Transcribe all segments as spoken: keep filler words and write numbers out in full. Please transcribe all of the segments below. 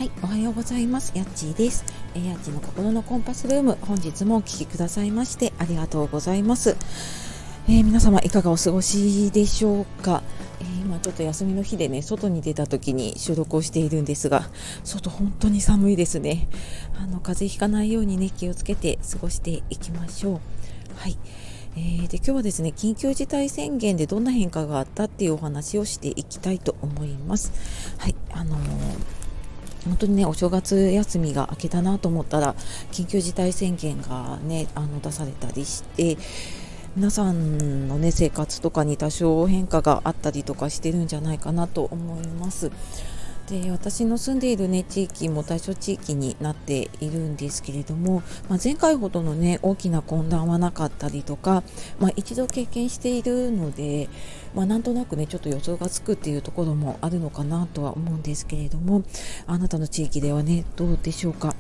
はい、おはようございます。やっちーです。えー、やっちーの心のコンパスルーム、本日もお聞きくださいましてありがとうございます。えー、皆様いかがお過ごしでしょうか。えー、今ちょっと休みの日でね、外に出た時に収録をしているんですが、外本当に寒いですね。あの風邪ひかないようにね、気をつけて過ごしていきましょう。はい。えー、で今日はですね、緊急事態宣言でどんな変化があったっていうお話をしていきたいと思います。はい、あのー本当にね、お正月休みが明けたなと思ったら緊急事態宣言がね、あの出されたりして、皆さんのね生活とかに多少変化があったりとかしてるんじゃないかなと思います。で私の住んでいる、ね、地域も対象地域になっているんですけれども、まあ、前回ほどの、ね、大きな混乱はなかったりとか、まあ、一度経験しているので、まあ、なんとなく、ね、ちょっと予想がつくっていうところもあるのかなとは思うんですけれども、あなたの地域では、ね、どうでしょうか。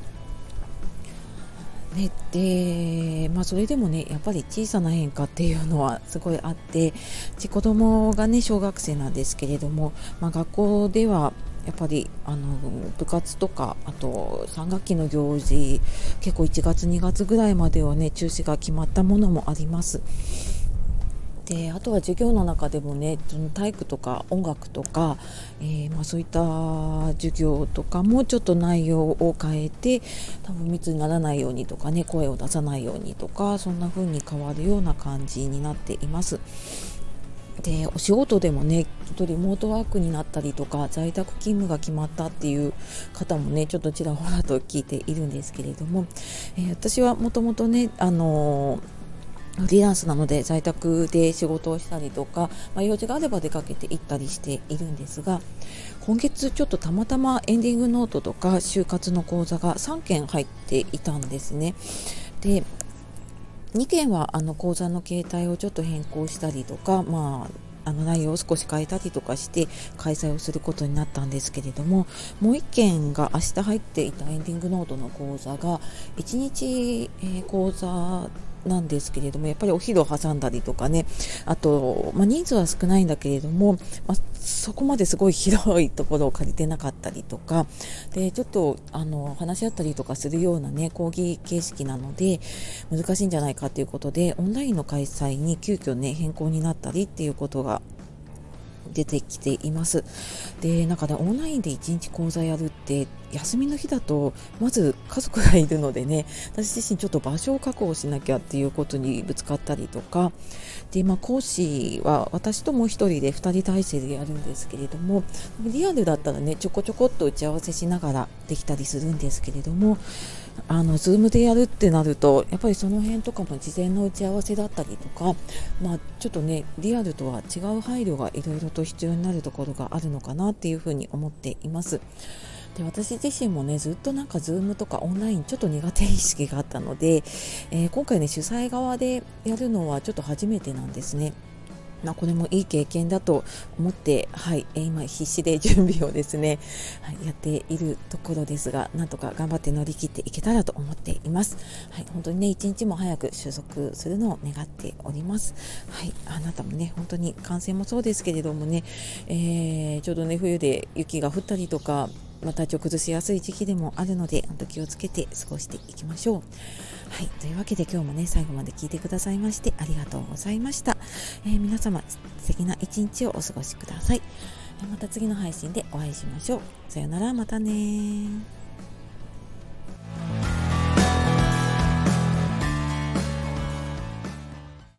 ねでまあ、それでもねやっぱり小さな変化っていうのはすごいあって、子供がね小学生なんですけれども、まあ、学校ではやっぱりあの部活とかあとさん学期の行事、結構いちがつにがつぐらいまではね中止が決まったものもあります。であとは授業の中でもね、体育とか音楽とか、えーまあ、そういった授業とかもちょっと内容を変えて、多分密にならないようにとかね、声を出さないようにとか、そんな風に変わるような感じになっています。でお仕事でもね、リモートワークになったりとか在宅勤務が決まったっていう方もねちょっとちらほらと聞いているんですけれども、えー、私はもともとねあのーフリーランスなので在宅で仕事をしたりとか、まあ、用事があれば出かけて行ったりしているんですが、今月ちょっとたまたまエンディングノートとか就活の講座がさんけん入っていたんですね。でにけんはあの講座の形態をちょっと変更したりとか、まああの内容を少し変えたりとかして開催をすることになったんですけれども、もういっけんが明日入っていたエンディングノートの講座がいちにち、えー、講座なんですけれども、やっぱりお昼を挟んだりとかね、あと、まあ、人数は少ないんだけれども、まあ、そこまですごい広いところを借りてなかったりとかで、ちょっとあの話し合ったりとかするようなね講義形式なので難しいんじゃないかということで、オンラインの開催に急遽ね変更になったりっていうことが出てきています。でなんかねオンラインでいちにち講座やるって休みの日だとまず家族がいるのでね、私自身ちょっと場所を確保しなきゃっていうことにぶつかったりとかで、まあ、講師は私ともう一人でふたり体制でやるんですけれども、リアルだったらねちょこちょこっと打ち合わせしながらできたりするんですけれども、あの Zoom でやるってなるとやっぱりその辺とかも事前の打ち合わせだったりとか、まあ、ちょっとねリアルとは違う配慮がいろいろと必要になるところがあるのかなっていうふうに思っています。で私自身もねずっとなんか Zoom とかオンラインちょっと苦手意識があったので、えー、今回ね主催側でやるのはちょっと初めてなんですね。まあ、これもいい経験だと思って、はい、今必死で準備をですね、はい、やっているところですが、なんとか頑張って乗り切っていけたらと思っています。はい、本当にね一日も早く収束するのを願っております。はい、あなたもね本当に感染もそうですけれどもね、えー、ちょうどね冬で雪が降ったりとか、また体調崩しやすい時期でもあるので、本当気をつけて過ごしていきましょう。はい、というわけで今日もね最後まで聞いてくださいましてありがとうございました。えー、皆様素敵な一日をお過ごしください。また次の配信でお会いしましょう。さよなら、またね。